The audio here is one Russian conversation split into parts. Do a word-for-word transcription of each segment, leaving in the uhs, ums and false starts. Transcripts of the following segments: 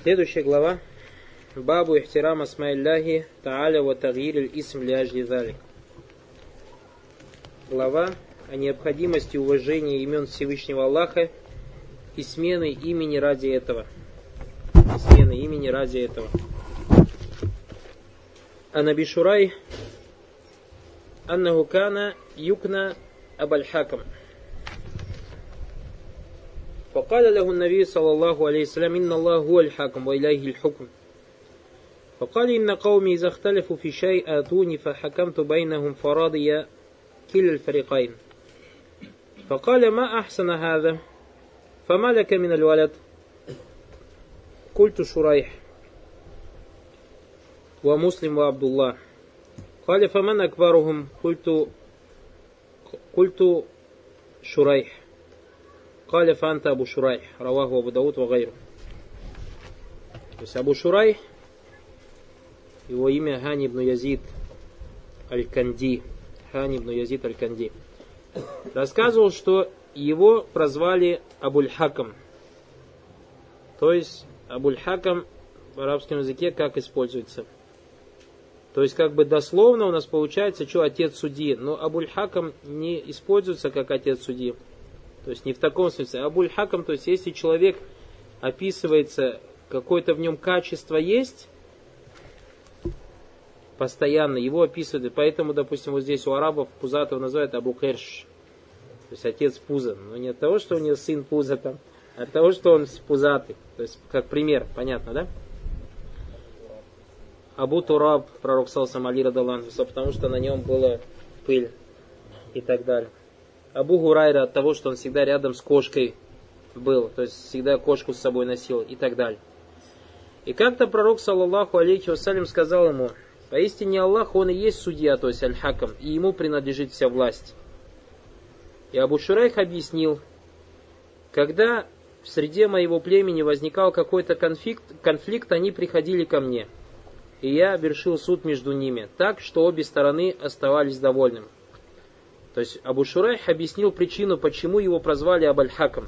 Следующая глава. Бабу ихтирам асмаилляхи та'аля ва тагьир исм ли ажли залик. Глава о необходимости уважения имен Всевышнего Аллаха и смены имени ради этого. И смены имени ради этого. Ан Аби Шурайх аннаху кана юкна Абуль Хакам. فقال له النبي صلى الله عليه وسلم إن الله هو الحاكم وإليه الحكم فقال إن قومي إذا اختلفوا في شيء آتوني فحكمت بينهم فراضي كلا الفريقين فقال ما أحسن هذا فما لك من الولد قلت شريح ومسلم وعبد الله قال فمن أكبرهم قلت قلت شريح قال فأنت أبو شريح رواه أبو داود وغيره. То есть Абу Шурайх, его имя Хани ибн Язид аль-Канди, Хани ибн Язид аль-Канди, рассказывал, что его прозвали Абуль Хакам. То есть Абуль Хакам в арабском языке как используется? То есть как бы дословно у нас получается, что отец судьи, но Абуль Хакам не используется как отец судьи. То есть не в таком смысле. Абуль Хакам, то есть если человек описывается, какое-то в нем качество есть, постоянно его описывают. Поэтому, допустим, вот здесь у арабов пузатого называют Абу Керш. То есть отец пуза. Но не от того, что у него сын пуза там, а от того, что он пузатый. То есть как пример, понятно, да? Абу Тураб, пророк саллаллаху алейхи ва саллям, потому что на нем была пыль и так далее. Абу Гурайра от того, что он всегда рядом с кошкой был, то есть всегда кошку с собой носил и так далее. И как-то пророк, саллаллаху алейхи вассалям, сказал ему: поистине Аллах, он и есть судья, то есть аль-Хакам, и ему принадлежит вся власть. И Абу Шурайх объяснил: когда в среде моего племени возникал какой-то конфликт, конфликт, они приходили ко мне, и я вершил суд между ними, так, что обе стороны оставались довольными. То есть Абу Шурайх объяснил причину, почему его прозвали Абуль Хакам.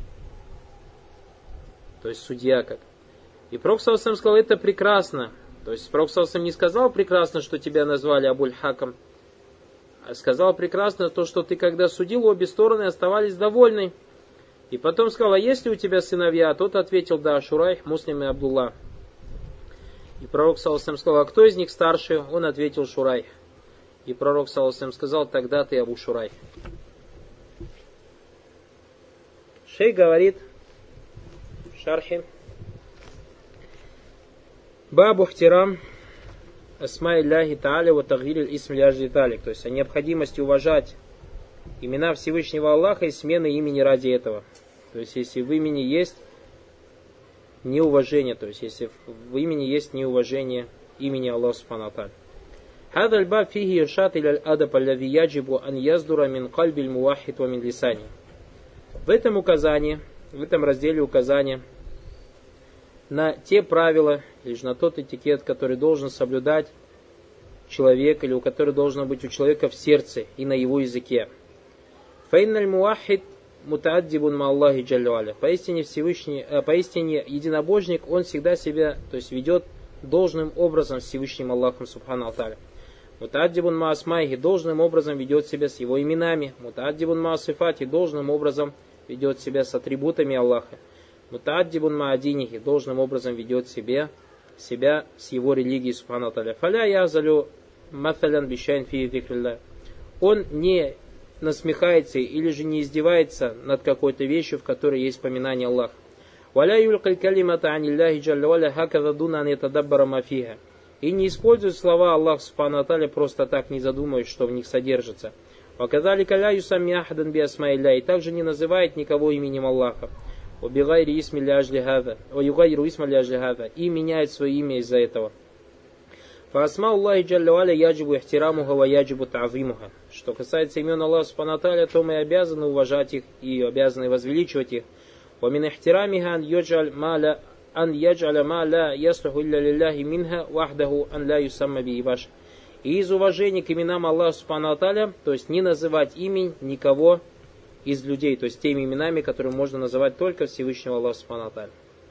То есть судья как. И пророк саллаллаху алейхи ва саллям сказал: это прекрасно. То есть пророк саллаллаху алейхи ва саллям не сказал прекрасно, что тебя назвали Абуль Хакам, а сказал прекрасно то, что ты когда судил, обе стороны оставались довольны. И потом сказал: а есть ли у тебя сыновья? Тот ответил: да, Шурайх, Муслим и Абдулла. И пророк саллаллаху алейхи ва саллям сказал: а кто из них старше? Он ответил: Шурайх. И пророк саллаллаху алейхи ва саллям сказал: тогда ты Абу Шурайх. Шейх говорит в шархе: Бабу ихтирам асмаилляхи та'аля ва тагьир исм ли ажли залик. То есть о необходимости уважать имена Всевышнего Аллаха и смены имени ради этого. То есть если в имени есть неуважение, то есть если в имени есть неуважение имени Аллаха субхану ва тааля. هذا الباب فيه إرشاد إلى الأدب الذي يجب أن يصدر من قلب الموحد ومن لسانه. В этом указании, в этом разделе указания на те правила, или же на тот этикет, который должен соблюдать человек, или у которого должно быть у человека в сердце и на его языке. فإن الموحد متأدب مع الله جل وعلا. Поистине Всевышний, поистине единобожник, он всегда себя, то есть ведет должным образом с Всевышним Аллахом субхану ва тааля. Мутааддибун ма асмайхи, должным образом ведет себя с его именами. Мутааддибун ма сифати, должным образом ведет себя с атрибутами Аллаха. Мутааддибун ма адинихи, должным образом ведет себя, себя с его религией субхану ва тааля. Фаля язалю маталян бишайн фи зикрилля. Он не насмехается или же не издевается над какой-то вещью, в которой есть поминание Аллаха. Валя юлькаль калимата анилляхи джалля валя хаказа дуна ан ятадаббара ма фиха. И не используют слова Аллаха субхану ва тааля просто так, не задумываясь, что в них содержится. Ваказалика ля юсамми ахадан би асмаилля. И также не называет никого именем Аллаха. Вабигайри исми ля ажли хаза. Ваюгайру исма ля ажли хаза. И меняет свое имя из-за этого. Фаасма Аллахи джалля валя яджибу ихтирамуха ва яджибу та'зимуха. Что касается имен Аллаха субхану ва тааля, то мы обязаны уважать их и обязаны возвеличивать их. ومن احترامها أن يجعل ما لا أن يجعل ما لا يصلح إلا لله منها وحده أن لا يسمى به بشر. И из уважения к именам Аллаха субхану ва тааля, то есть не называть имя никого из людей, то есть теми именами, которые можно называть только Всевышнего Аллаха субхану ва тааля.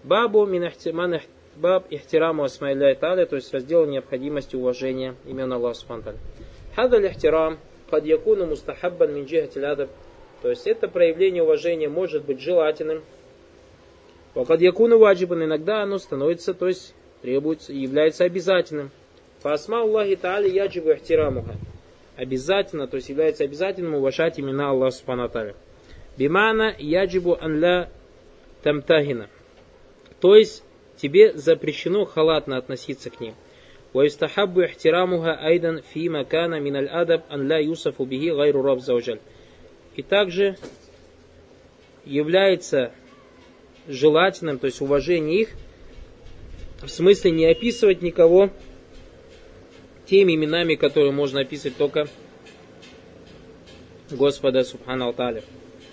Бабу мин ихтиман баб ихтираму асма'илляхи та'аля, то есть раздел необходимости уважения имен Аллаха субхану ва та'аля. Хада лихтирам кад якуну мустахаббан мин джихати ладаб, то есть это проявление уважения может быть желательным. Ва кад якуну ваджибан, иногда оно становится, то есть требуется, является обязательным. Фа асма'уллахи та'аля яджибу ихтирамуха, обязательно, то есть является обязательным уважать имена Аллаха субхану ва та'аля. Бимана яджибу ан ла тамтахина, то есть тебе запрещено халатно относиться к ним. وَيُسْتَحَبُّ احْتِرَامُهَا أَيْضًا فِي مَكَانَ مِنَ الْأَدَبِ أَنْ لَا يُوصَفُ بِهِ غَيْرُ رَبِّ زَوْجَلْ. И также является желательным, то есть уважение их, в смысле не описывать никого теми именами, которые можно описывать только Господа Субхану ва Тааля.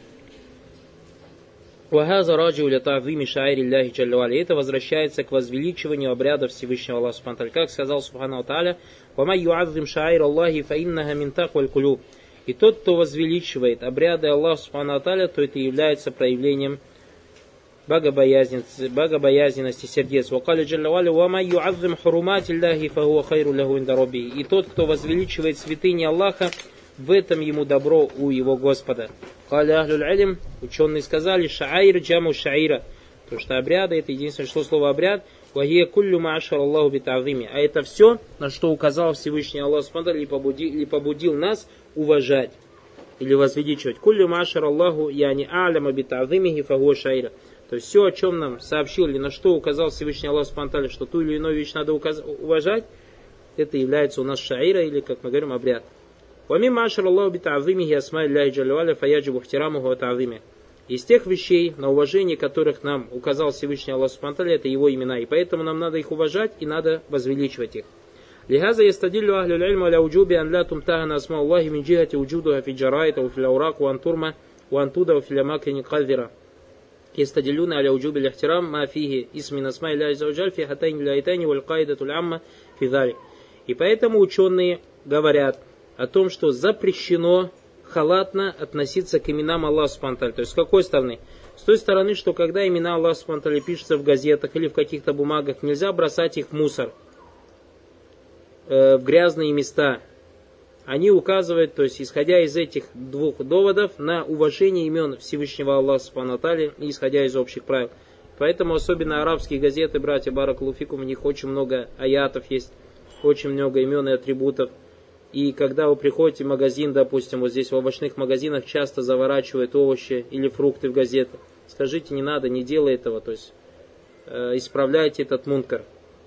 وَهَذَا رَاجِعُ لِتَعْظِيمِ شَعَائِرِ اللَّهِ جَلَّ وَعَلَا. Это возвращается к возвеличиванию обряда Всевышнего Аллаха Субхану ва Тааля. Как сказал Субхану ва Тааля: وَمَنْ يُعَظِّمْ شَعَائِرَ اللَّهِ فَإِنَّهَا مِنْ تَقْوَى الْقُلُوبِ. И тот, кто возвеличивает обряды Аллаха Субхану ва Тааля, то это является проявлением богобоязненности, богобоязненности сердец. وَقَالَ جَلَّ وَعَلَا وَمَنْ يُعَظِّمْ حُرُمَاتِ اللَّهِ فَهُوَ خَيْرٌ لَهُ عِنْدَ رَبِّهِ. И тот, кто возвеличивает святыни Аллаха, в этом ему добро у его Господа. Кали ахлюль илм, ученые сказали, шаайр джаму шаира, потому что обряды, это единственное, что слово обряд, вахия куллю маашар Аллаху битавими, а это все, на что указал Всевышний Аллах Субхану или побудил, или побудил нас уважать или возвеличивать. Куллю маашар Аллаху яни а'ляма битавимихи фагуа шаира. То есть все, о чем нам сообщил или на что указал Всевышний Аллах Субхану, что ту или иную вещь надо указ... уважать, это является у нас шаира или, как мы говорим, обряд. Из тех вещей, на уважение которых нам указал Всевышний Аллах Субхану ва Тааля, это его имена, и поэтому нам надо их уважать и надо возвеличивать их. لهذا يستدل أهل العلم على وجوب أن لا تمتهن أسماء الله من جهة وجودها في الجرائد أو في الأوراق وأن ترمى وأن تودع في الأماكن القذرة. يستدلون على وجوب الاحترام ما فيه اسم من أسماء الله عز وجل في هاتين الآيتين والقاعدة العامة في ذلك. И поэтому ученые говорят о том, что запрещено халатно относиться к именам Аллаха Субхану ва Тааля. То есть с какой стороны? С той стороны, что когда имена Аллаха Субхану ва Тааля пишутся в газетах или в каких-то бумагах, нельзя бросать их в мусор, э, в грязные места. Они указывают, то есть исходя из этих двух доводов, на уважение имен Всевышнего Аллаха Субхану ва Тааля и исходя из общих правил. Поэтому особенно арабские газеты, братья баракаллаху фикум, у них очень много аятов есть, очень много имен и атрибутов. И когда вы приходите в магазин, допустим, вот здесь в овощных магазинах часто заворачивают овощи или фрукты в газеты. Скажите, не надо, не делай этого, то есть э, исправляйте этот мункар.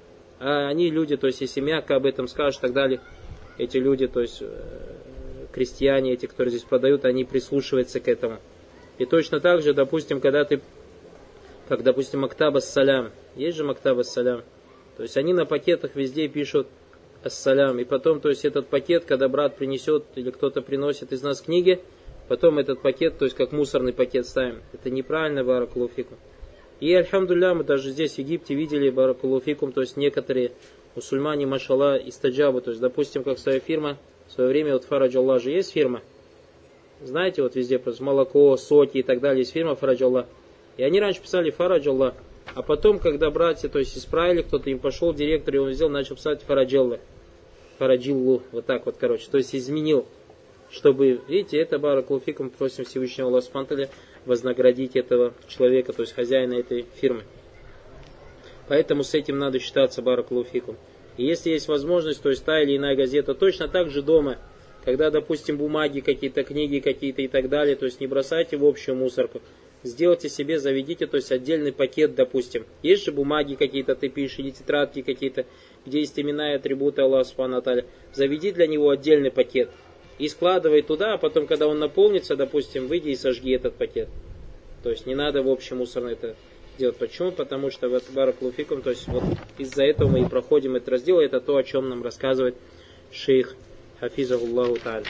А они люди, то есть если мягко об этом скажут и так далее, эти люди, то есть э, крестьяне, эти, которые здесь продают, они прислушиваются к этому. И точно так же, допустим, когда ты, как, допустим, Мактаб ас-Салям, есть же Мактаб ас-Салям, то есть они на пакетах везде пишут ассалям. И потом, то есть этот пакет, когда брат принесет или кто-то приносит из нас книги, потом этот пакет, то есть как мусорный пакет ставим. Это неправильно, баракаллаху фикум. И альхамдулилля, мы даже здесь в Египте видели, баракаллаху фикум, то есть некоторые мусульмане, машалла, истаджабу, то есть, допустим, как своя фирма, в свое время, вот Фарадж Аллах же есть фирма, знаете, вот везде просто молоко, соки и так далее, есть фирма Фарадж Аллах. И они раньше писали Фарадж Аллах, а потом, когда братья, то есть, исправили, кто-то им пошел, директор его взял, начал писать Фарадж Аллах. Фараджилу, вот так вот, короче, то есть изменил, чтобы, видите, это баракаллаху фикум, просим Всевышнего Аллаха Субхану ва Тааля вознаградить этого человека, то есть хозяина этой фирмы. Поэтому с этим надо считаться, баракаллаху фикум. И если есть возможность, то есть та или иная газета, точно так же дома, когда, допустим, бумаги, какие-то книги какие-то и так далее, то есть не бросайте в общую мусорку, сделайте себе, заведите, то есть отдельный пакет, допустим. Есть же бумаги какие-то, ты пишешь, или тетрадки какие-то, где есть имена и атрибуты Аллаха Субхану ва Тааля. Заведи для него отдельный пакет и складывай туда, а потом, когда он наполнится, допустим, выйди и сожги этот пакет. То есть не надо в общем мусорно это делать. Почему? Потому что в баракаллаху фикум, то есть вот из-за этого мы и проходим этот раздел, это то, о чем нам рассказывает шейх хафизахуллаху тааля.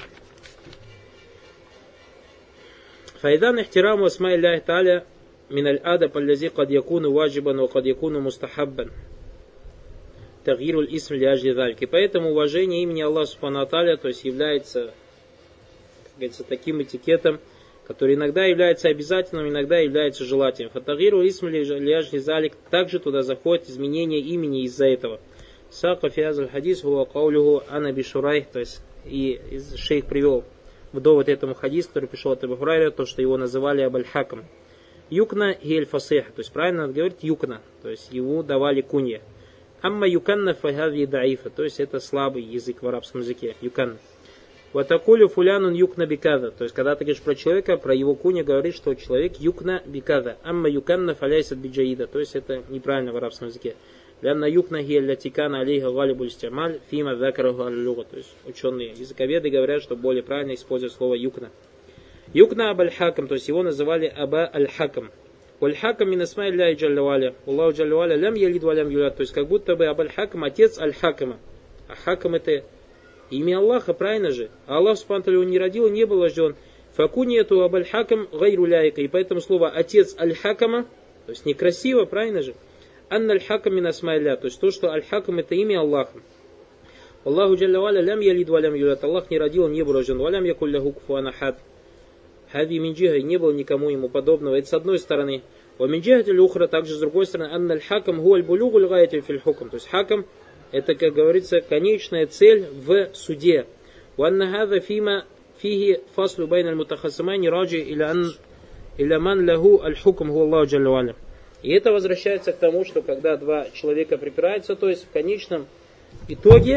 Файдан ихтираму асма'i Аллахи тааля мин аль-адаб аллази кад якуну ваджибан ва кад якуну мустахаббан. Тагируль исм ли ажли зальк. И поэтому уважение имени Аллаха Субхану ва Тааля, то есть является, как говорится, таким этикетом, который иногда является обязательным, иногда является желательным. Фатагиру исм ляжли залик, также туда заходит изменение имени из-за этого. Сака фиазаль хадис хуа каулюху ана бишурай, то есть и шейх привел в довод этому хадис, который пришел от Абу Хурайра, то, что его называли Абаль-Хакам. Юкна гель фасеха, то есть правильно надо говорить юкна, то есть ему давали кунья. Амма юканна фагави даифа, то есть это слабый язык в арабском языке, юканна. Ватакулю фулянун юкна бикада, то есть когда ты говоришь про человека, про его кунья говоришь, что человек юкна бикада. Амма юканна фаляйсат биджаида, то есть это неправильно в арабском языке. Лянна юкна гель тикана алейха галибуль стямаль фима вакараху аллюга, то есть ученые языковеды говорят, что более правильно использовать слово юкна. Юкна Абаль-Хакам, то есть его называли Аба Аль-Хакам. Аль-Хакам мин асма Илляхи джалля ва аля. Аллаху джалля ва аля лям ялид ва лям юлад. То есть как будто бы Абаль-Хакам отец Аль-Хакама. А Хакам это имя Аллаха, правильно же? А Аллах субхану ва тааля его не родил, не был рожден. Факуньяту Абаль-Хакам гайру ляйка. И поэтому слово отец Аль-Хакама, то есть некрасиво, правильно же? Анна Аль-Хакам мин асма Илляхи. То есть то, что Аль-Хакам это имя Аллаха. Аллаху джалля ва аля лям ялид ва лям юлад. Аллах не родил, не был рожден. Ва лям якуль лаху куфуан ахад. Хади минджиха, не было никому ему подобного. Это с одной стороны. Ва минджиха телюхра, также с другой стороны. Анна аль-хакам гуаль булюгу лгайти филь хукам. То есть хакам, это, как говорится, конечная цель в суде. Ва анна хада фима фиги фаслу байна аль-мутахасамайни раджи иля ман лаху аль-хукам гу Аллаху джалля ва аля. И это возвращается к тому, что когда два человека припираются, то есть в конечном итоге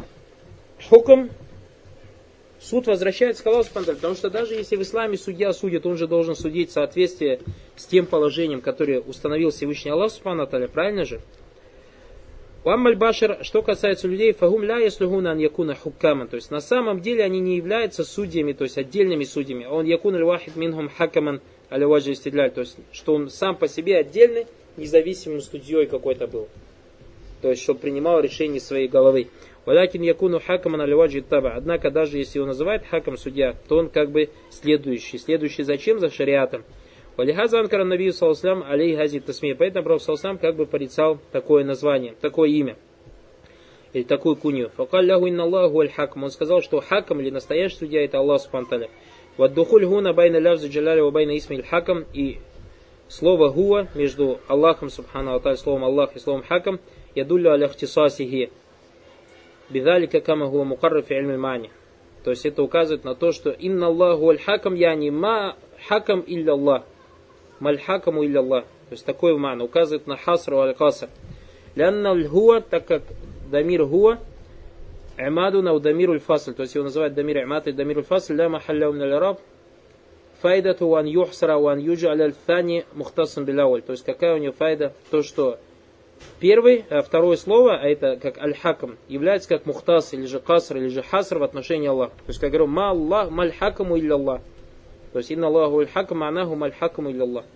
хукам, суд возвращается к Аллаху субхану ва тааля, потому что даже если в исламе судья судит, он же должен судить в соответствии с тем положением, которое установил Всевышний Аллах субхану ва тааля, правильно же? Уаммаль башар, что касается людей, фагум ля яслухуна ан якуна хуккаман, то есть на самом деле они не являются судьями, то есть отдельными судьями, он якун аль-вахид минхум хакаман аля ваджи истидляль, то есть что он сам по себе отдельный, независимым судьей какой-то был, то есть чтобы принимал решение своей головы. Валякин якуну хакаман аля ваджи таба, однако даже если его называют хакам судья, то он как бы следующий, следующий зачем? За шариатом. Валихаза анкара набию саллаллаху алейхи хази тасмия. Поэтому Пророк саллаллаху как бы порицал такое название, такое имя. Или такую кунью. Факаль ляху инна Аллаху аль-хакам. Он сказал, что хакам или настоящий судья это Аллах субхану ва тааля. Ваддухуль гуна байна лявзу джаляля ва байна исми аль-хакам. И слово гуа между Аллахом субхану ва тааля, словом Аллах и словом хакам, ядуллю аля ихтисасихи. Бидалика кама гуа мукарра фи илми аль-мани. То есть это указывает на то, что инна Аллаху аль-хакам, яни ма хакам илля Аллах. Мальхакаму илля Аллах. То есть такой ман указывает на хасру аль-каср. Лянна аль-хуа, так как дамир хуа, имаду на дамиру аль-фасль. То есть его называют дамир имад и дамир аль-фасль. Ля махалля умна аль-араб. Файдату ван юхсара ван юджа аль-аль-thani мухтасам билауль. То есть какая у него файда? То, что первый, а второе слово, а это как аль-хакам, является как мухтас, или же каср, или же хаср в отношении Аллаха. То есть как говорю, ма Аллах, мальхакаму илля Аллах. То есть инна Аллаху аль-хакам, анаху мальхакаму илля Аллах.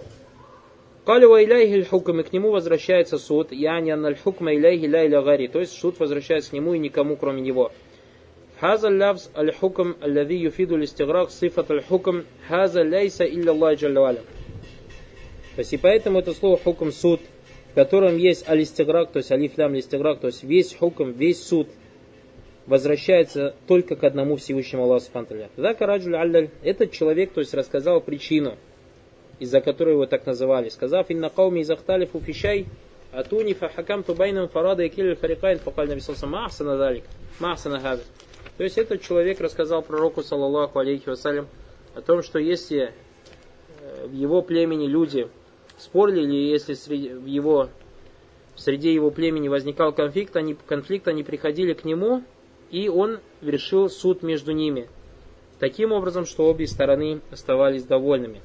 Кали ва иляйхи аль-хукам, и к нему возвращается суд, яни анна аль-хукма иляйхи ля иля гари. То есть суд возвращается к нему и никому, кроме него. Хаза лявз аль-хукам, аллади юфиду листиграк, сифат аль-хукам, хаза ляйса илля Аллах джалля ва аля. То есть и поэтому это слово хукам суд, в котором есть аль-истиграк, то есть алиф лям листиграк, то есть весь хукам, весь суд возвращается только к одному Всевышнему Аллаху субхану ва тааля. Этот человек, то есть рассказал причину, из-за которой его так называли, сказав: инна кауми изахталифу фишай атуни фахакамту байнам фарада и киль фарикайн факаль наби саллаллаху алейхи ва саллям ма ахсана далик, ма ахсана хада. То есть этот человек рассказал пророку саллаллаху алейхи ва саллям о том, что если в его племени люди спорили, или если среди в его в среде его племени возникал конфликт, они конфликт, они приходили к нему, и он решил суд между ними таким образом, что обе стороны оставались довольными.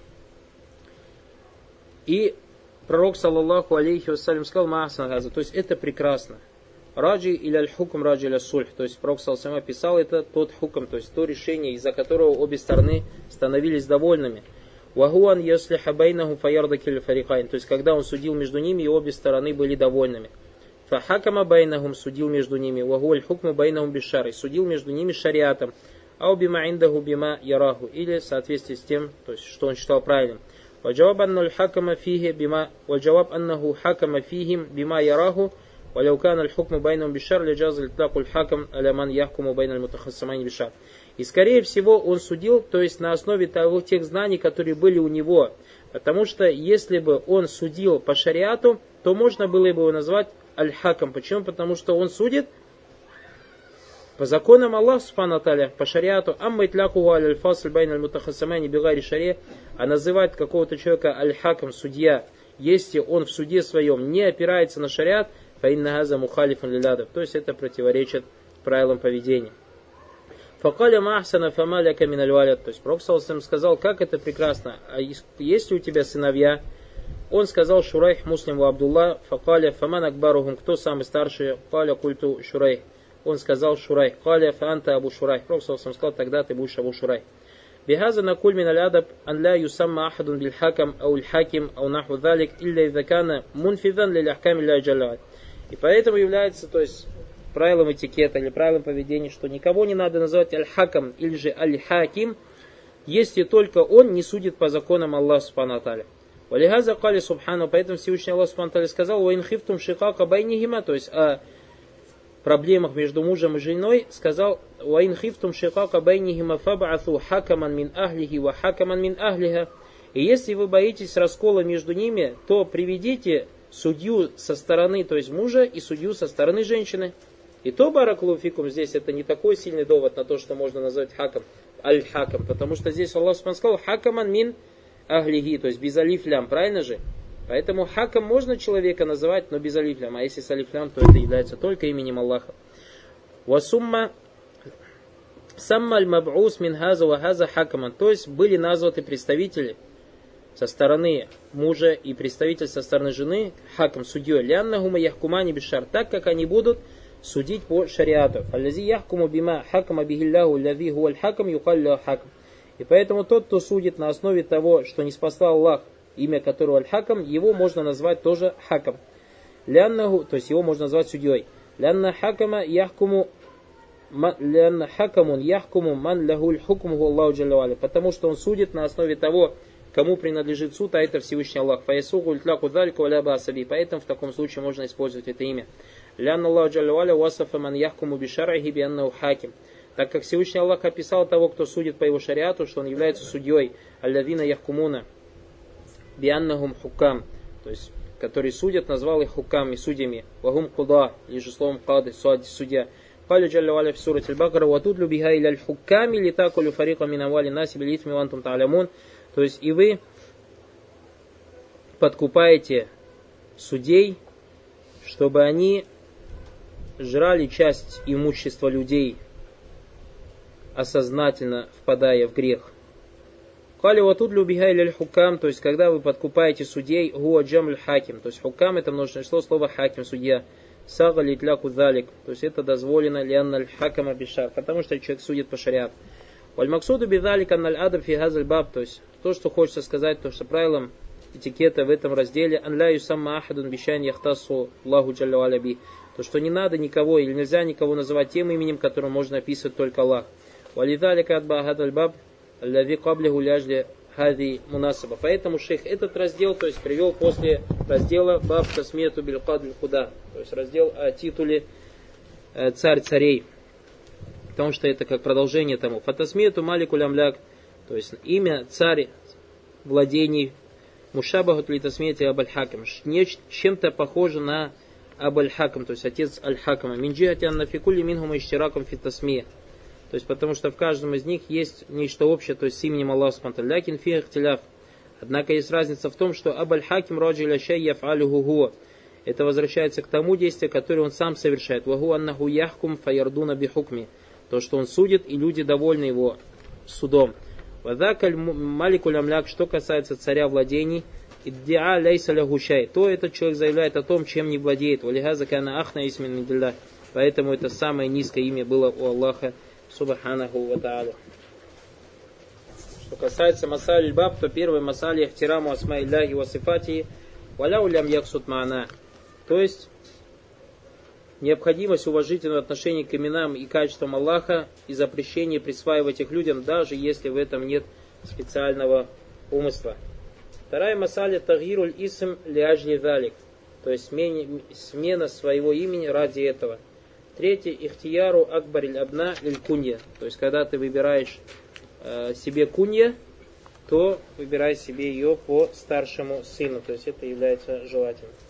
И пророк саллаллаху алейхи вассалям сказал: ма'асан газа, то есть это прекрасно. Раджи или аль-хукм, раджи или сульх, то есть пророк саллаллаху алейхи описал это тот хукм, то есть то решение, из-за которого обе стороны становились довольными. Вахуан яслиха байнахум фаярдакиль фарикайн, то есть когда он судил между ними, и обе стороны были довольными. Фахакама байнахум, судил между ними. Вахуаль хукма байнахум бишары, судил между ними шариатом. Ау бима индаху бима яраху, или в соответствии с тем, то есть что он считал правильным. Ваджаваб анну хакама фихи бима, ваджаваб аннаху хакама фихим бима яраху, وَلَوْ الْحُكْمُ بَيْنَهُمْ بِالشَّرْ لَجَازَ الْإِطْلَاقُ الْحَكَمُ عَلَى مَنْ يَحْكُمُ بَيْنَ الْمُتَخَصِّمَيْنِ بِالشَّرْ. И скорее всего он судил, то есть на основе того, тех знаний, которые были у него. Потому что если бы он судил по шариату, то можно было бы его назвать аль-хакам. Почему? Потому что он судит по законам Аллаха субхану ва тааля, по шариату. Амма итлякуху аль-фасль байна аль-мутахассамайни бигари шари, а называть какого-то человека аль-хакам, судья, если он в суде своем не опирается на шариат, фаинна газа мухалифун лилядаб, то есть это противоречит правилам поведения. Факаля махсана фамаляка миналь валят, то есть Пророк сказал, как это прекрасно, а есть ли у тебя сыновья? Он сказал Шурайх Муслим ва Абдулла, факаля фаман акбарухум, кто самый старший? Каля культу Шурайх. Он сказал Шурайх. Каля фаанта Абу Шурайх. Пророк сказал, тогда ты будешь Абу Шурайх. Бихаза накуль мин аль-адаб ан ла юсамма ахадун биль хакам ау аль-хаким ау наху залик илля иза кана мунфидан лиль ахками ля джаллат. И поэтому является, то есть, правилом этикета или правилом поведения, что никого не надо называть аль-хакам или же аль-хаким, если только он не судит по законам Аллаха субхану ва тааля. Валихаза кали субхану, поэтому Всевышний Аллах субхану ва тааля сказал, ва ин хифтум шикака байнихима, то есть о проблемах между мужем и женой, сказал, ва ин хифтум шикака байнихима фаб'ату хакаман мин ахлихи ва хакаман мин ахлиха. И если вы боитесь раскола между ними, то приведите судью со стороны, то есть мужа, и судью со стороны женщины. И то, баракаллаху фикум, здесь это не такой сильный довод на то, что можно назвать хакам, аль-хакам, потому что здесь Аллах сказал хакаман мин ахлихи, то есть без алиф-лям, правильно же? Поэтому хакам можно человека называть, но без алиф-лям, а если с алиф-лям, то это является только именем Аллаха. Васумма самма аль-маб'ус мин хаза ва хаза хакаман, то есть были названы представители со стороны мужа и представитель со стороны жены, хакам, судьей, ляннахума яхкумани бишар, так как они будут судить по шариату. Аллази яхкуму бима хакама бихилляху лави хуаль хакам юкалля хакам. И поэтому тот, кто судит на основе того, что не спасал Аллах, имя которого аль-хакам, его можно назвать тоже хакам. Ляннаху, то есть его можно назвать судьей. Лянна хакама яхкуму лянна хакамун яхкуму ман лахуль хукмуху Аллаху джалля ва аля. Потому что он судит на основе того, кому принадлежит суд, а это Всевышний Аллах. Фаясугу ультляку дальку аля басаби. Поэтому в таком случае можно использовать это имя. Лянна Аллаху джалля ва аля васафа ман яхкуму бишарахи бианнаху хаким. Так как Всевышний Аллах описал того, кто судит по его шариату, что он является судьей, аллавина яхкумуна бианнахум хукам, то есть, которые судят, назвал их хукам и судьями, вагум куда, или же словом кады, судья. Кали джалля ва аля в сурате аль-Бакара, ватудлю биха иля аль-хуками литакулю фарика минавали наси билитми вантум та'алямун. То есть, и вы подкупаете судей, чтобы они жрали часть имущества людей, осознательно впадая в грех. Кали ватудлю биха иля аль-хукам, то есть, когда вы подкупаете судей, гуа джамль хаким, то есть, хукам это множественное число слова хаким, судья. Сага литляку залик, то есть, это дозволено лянна аль-хакама бишар, потому что человек судит по шариату. Валь-максуду бидалик анналь адаб фи газаль баб, то есть, то, что хочется сказать, то, что правилом этикета в этом разделе, ан ля юсамма ахадун бишайн яхтасу Аллаху джалля ва аля би, то, что не надо никого или нельзя никого называть тем именем, которым можно описывать только Аллах. Валидалик адба гадаль баб аллави каблиху ляжли хади мунасаба. Поэтому шейх этот раздел, то есть, привел после раздела баб тасмету биль кадль худа, то есть раздел о титуле э, царь царей, потому что это как продолжение тому. Фатасмету маликуль амляк, то есть имя царь владений, мушабахут литасмети абаль-хакам, чем-то похоже на абаль-хакам, то есть отец аль-хакама. Минджихати аннафикули минхума иштиракам фитасмия. То есть, потому что в каждом из них есть нечто общее, то есть с именем Аллаха субхану ва тааля. Лякин фи ихтиляф. Однако есть разница в том, что абаль-хаким раджиля шай яф'алюху хуа. Это возвращается к тому действию, которое он сам совершает. Ваху аннаху яхкум фаярдуна бихукми. То, что он судит, и люди довольны его судом. Вадакаль маликуль амляк, что касается царя владений, иддиа лейса лягу шай. То этот человек заявляет о том, чем не владеет. Валихаза кана ахна исмин мидилля. Поэтому это самое низкое имя было у Аллаха субханаху ва тааля. Что касается масаль баб, то первый масаль ихтираму асма илляхи ва сифати валяу лям яксут ма'на. То есть необходимость уважительного отношения к именам и качествам Аллаха и запрещение присваивать их людям, даже если в этом нет специального умысла. Вторая масаля тагируль исм лиажли залик. То есть смена своего имени ради этого. Третье, ихтияру акбариль абна лиль кунья. То есть, когда ты выбираешь э, себе кунья, то выбирай себе ее по старшему сыну. То есть, это является желательным.